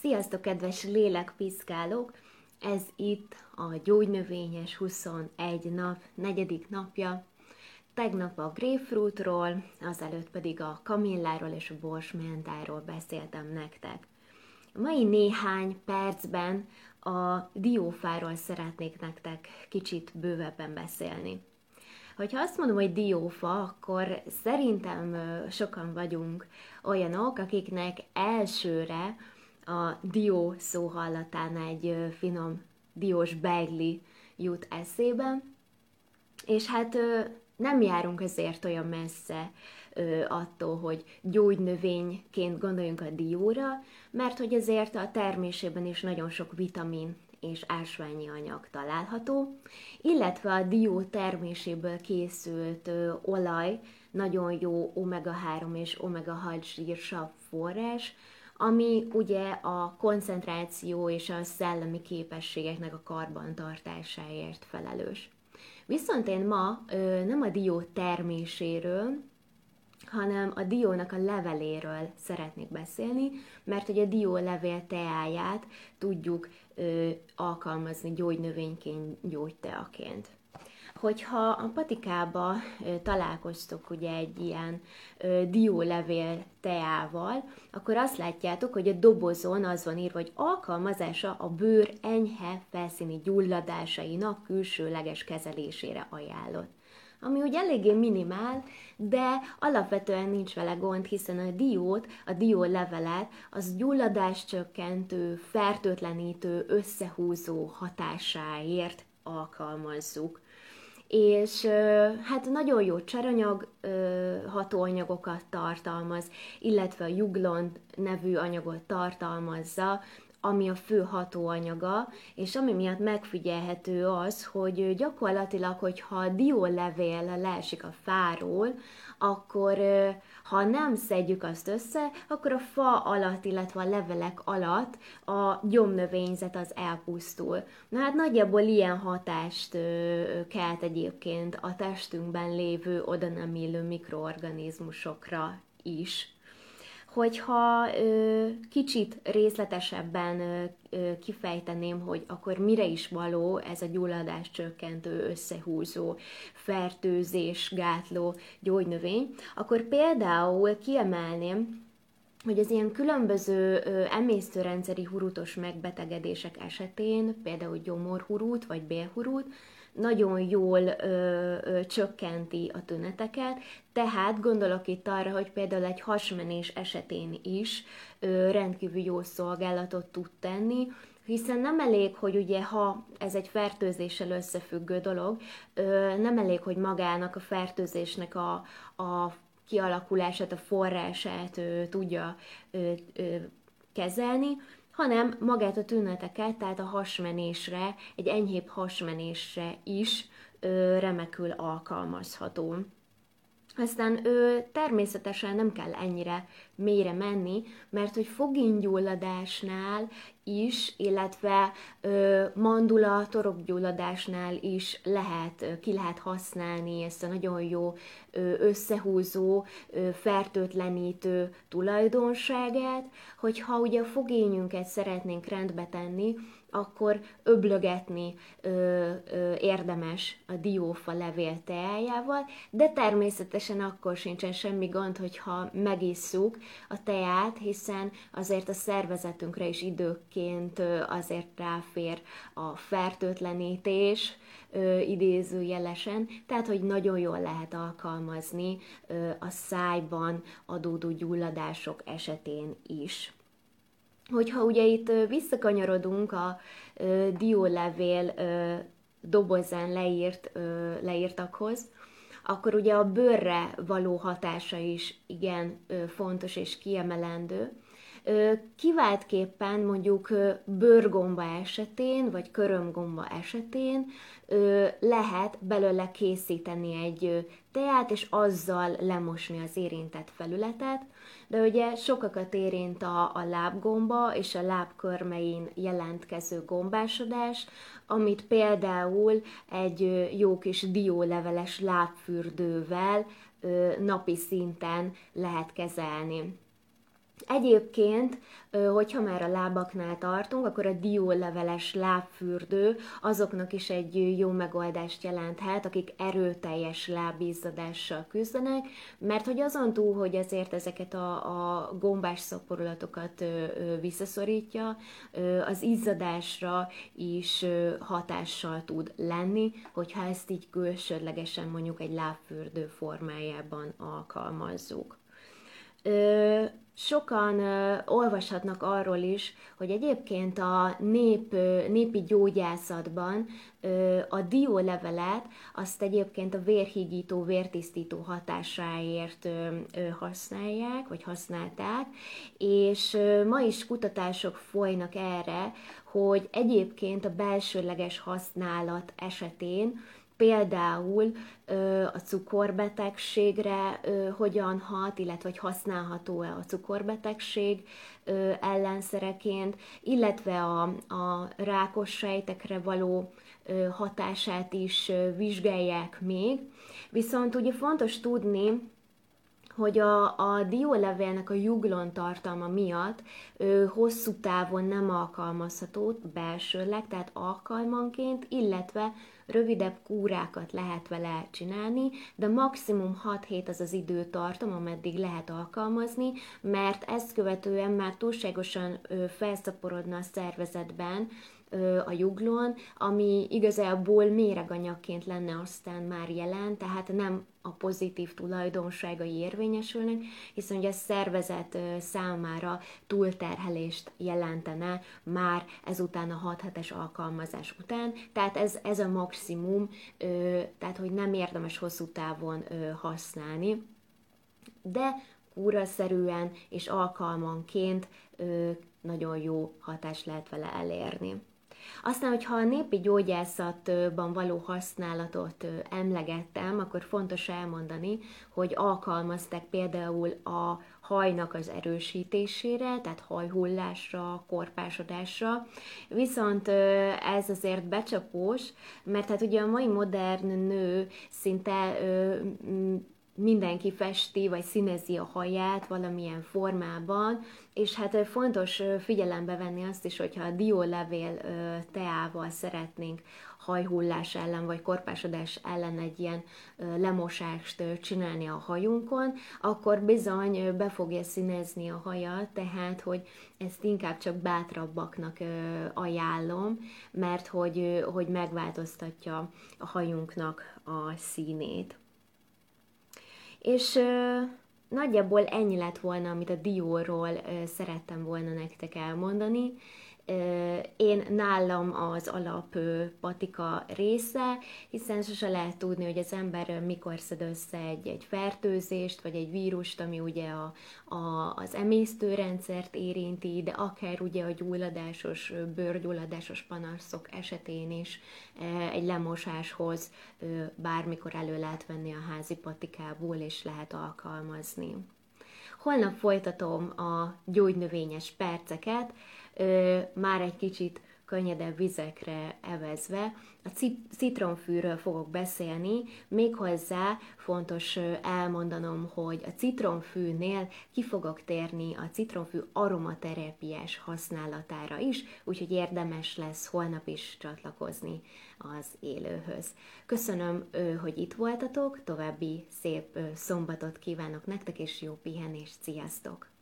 Sziasztok, kedves lélekpiszkálók! Ez itt a gyógynövényes 21 nap, 4. napja. Tegnap a grapefruitról, azelőtt pedig a kamilláról és a borsmentáról beszéltem nektek. A mai néhány percben a diófáról szeretnék nektek kicsit bővebben beszélni. Hogyha azt mondom, hogy diófa, akkor szerintem sokan vagyunk olyanok, akiknek elsőre a dió szó hallatán egy finom diós beigli jut eszébe, és hát nem járunk azért olyan messze attól, hogy gyógynövényként gondoljunk a dióra, mert hogy azért a termésében is nagyon sok vitamin és ásványi anyag található, illetve a dió terméséből készült olaj nagyon jó omega-3 és omega-6 zsírsav forrás, ami ugye a koncentráció és a szellemi képességeknek a karbantartásáért felelős. Viszont én ma nem a dió terméséről, hanem a diónak a leveléről szeretnék beszélni, mert hogy a dió levél teáját tudjuk alkalmazni gyógynövényként, gyógyteaként. Hogyha a patikába találkoztok ugye egy ilyen diólevél teával, akkor azt látjátok, hogy a dobozon az van írva, hogy alkalmazása a bőr enyhe felszíni gyulladásainak külsőleges kezelésére ajánlott. Ami ugye eléggé minimál, de alapvetően nincs vele gond, hiszen a diólevelet az gyulladáscsökkentő, fertőtlenítő, összehúzó hatásáért alkalmazzuk. És hát nagyon jó cseranyag hatóanyagokat tartalmaz, illetve a juglon nevű anyagot tartalmazza, ami a fő hatóanyaga, és ami miatt megfigyelhető az, hogy gyakorlatilag, hogyha a diólevél leesik a fáról, akkor ha nem szedjük azt össze, akkor a fa alatt, illetve a levelek alatt a gyomnövényzet az elpusztul. Na hát nagyjából ilyen hatást kelt egyébként a testünkben lévő oda nem illő mikroorganizmusokra is. Hogyha kicsit részletesebben kifejteném, hogy akkor mire is való ez a gyulladás csökkentő, összehúzó, fertőzés, gátló gyógynövény, akkor például kiemelném, hogy az ilyen különböző emésztőrendszeri hurutos megbetegedések esetén, például gyomorhurút vagy bélhurút, nagyon jól csökkenti a tüneteket, tehát gondolok itt arra, hogy például egy hasmenés esetén is rendkívül jó szolgálatot tud tenni, hiszen nem elég, hogy ugye ha ez egy fertőzéssel összefüggő dolog, nem elég, hogy magának a fertőzésnek a kialakulását, a forrását tudja kezelni, hanem magát a tüneteket, tehát a hasmenésre, egy enyhébb hasmenésre is remekül alkalmazható. Aztán természetesen nem kell ennyire mélyre menni, mert hogy fogénygyulladásnál is, illetve mandula, torokgyulladásnál is ki lehet használni ezt a nagyon jó összehúzó, fertőtlenítő tulajdonságát, hogyha ugye a fogényünket szeretnénk rendbe tenni, akkor öblögetni érdemes a diófa levél teájával, de természetesen akkor sincsen semmi gond, hogyha megisszuk a teát, hiszen azért a szervezetünkre is időként azért ráfér a fertőtlenítés, idézőjelesen, tehát hogy nagyon jól lehet alkalmazni a szájban adódó gyulladások esetén is. Hogyha ugye itt visszakanyarodunk a diólevél dobozán leírtakhoz, akkor ugye a bőrre való hatása is igen fontos és kiemelendő. Kiváltképpen mondjuk bőrgomba esetén, vagy körömgomba esetén lehet belőle készíteni egy teát, és azzal lemosni az érintett felületet, de ugye sokakat érint a lábgomba és a lábkörmein jelentkező gombásodás, amit például egy jó kis dióleveles lábfürdővel napi szinten lehet kezelni. Egyébként, hogyha már a lábaknál tartunk, akkor a dióleveles lábfürdő azoknak is egy jó megoldást jelenthet, akik erőteljes lábizzadással küzdenek, mert hogy azon túl, hogy azért ezeket a gombás szaporulatokat visszaszorítja, az izzadásra is hatással tud lenni, hogyha ezt így külsődlegesen mondjuk egy lábfürdő formájában alkalmazzuk. Sokan olvashatnak arról is, hogy egyébként a népi gyógyászatban a diólevelet azt egyébként a vérhígító, vértisztító hatásáért használják, vagy használták, és ma is kutatások folynak erre, hogy egyébként a belsőleges használat esetén például a cukorbetegségre hogyan hat, illetve hogy használható-e a cukorbetegség ellenszereként, illetve a rákos sejtekre való hatását is vizsgálják még. Viszont ugye fontos tudni, hogy a diólevélnek a juglon tartalma miatt hosszú távon nem alkalmazható belsőleg, tehát alkalmanként, illetve rövidebb kúrákat lehet vele csinálni, de maximum 6 hét az az időtartam, ameddig lehet alkalmazni, mert ezt követően már túlságosan felszaporodna a szervezetben a juglón, ami igazából méreganyagként lenne aztán már jelen, tehát nem a pozitív tulajdonságai érvényesülnek, hiszen ugye a szervezet számára túlterhelést jelentene már ezután a 6 hetes alkalmazás után, tehát ez a maximum, tehát hogy nem érdemes hosszú távon használni, de kúraszerűen és alkalmanként nagyon jó hatást lehet vele elérni. Aztán, hogyha a népi gyógyászatban való használatot emlegettem, akkor fontos elmondani, hogy alkalmazták például a hajnak az erősítésére, tehát hajhullásra, korpásodásra, viszont ez azért becsapós, mert hát ugye a mai modern nő szinte mindenki festi vagy színezi a haját valamilyen formában, és hát fontos figyelembe venni azt is, hogyha a diólevél teával szeretnénk hajhullás ellen vagy korpásodás ellen egy ilyen lemosást csinálni a hajunkon, akkor bizony be fogja színezni a hajat, tehát hogy ezt inkább csak bátrabbaknak ajánlom, mert hogy megváltoztatja a hajunknak a színét. És nagyjából ennyi lett volna, amit a dióról szerettem volna nektek elmondani. Én nálam az alap patika része, hiszen sose lehet tudni, hogy az ember mikor szed össze egy fertőzést, vagy egy vírust, ami ugye az emésztőrendszert érinti, de akár ugye a gyulladásos, bőrgyulladásos panaszok esetén is egy lemosáshoz bármikor elő lehet venni a házi patikából, és lehet alkalmazni. Holnap folytatom a gyógynövényes perceket, már egy kicsit könnyedebb vizekre evezve. A citromfűről fogok beszélni, méghozzá fontos elmondanom, hogy a citromfűnél ki fogok térni a citromfű aromaterápiás használatára is, úgyhogy érdemes lesz holnap is csatlakozni az élőhöz. Köszönöm, hogy itt voltatok, további szép szombatot kívánok nektek, és jó pihenést, sziasztok!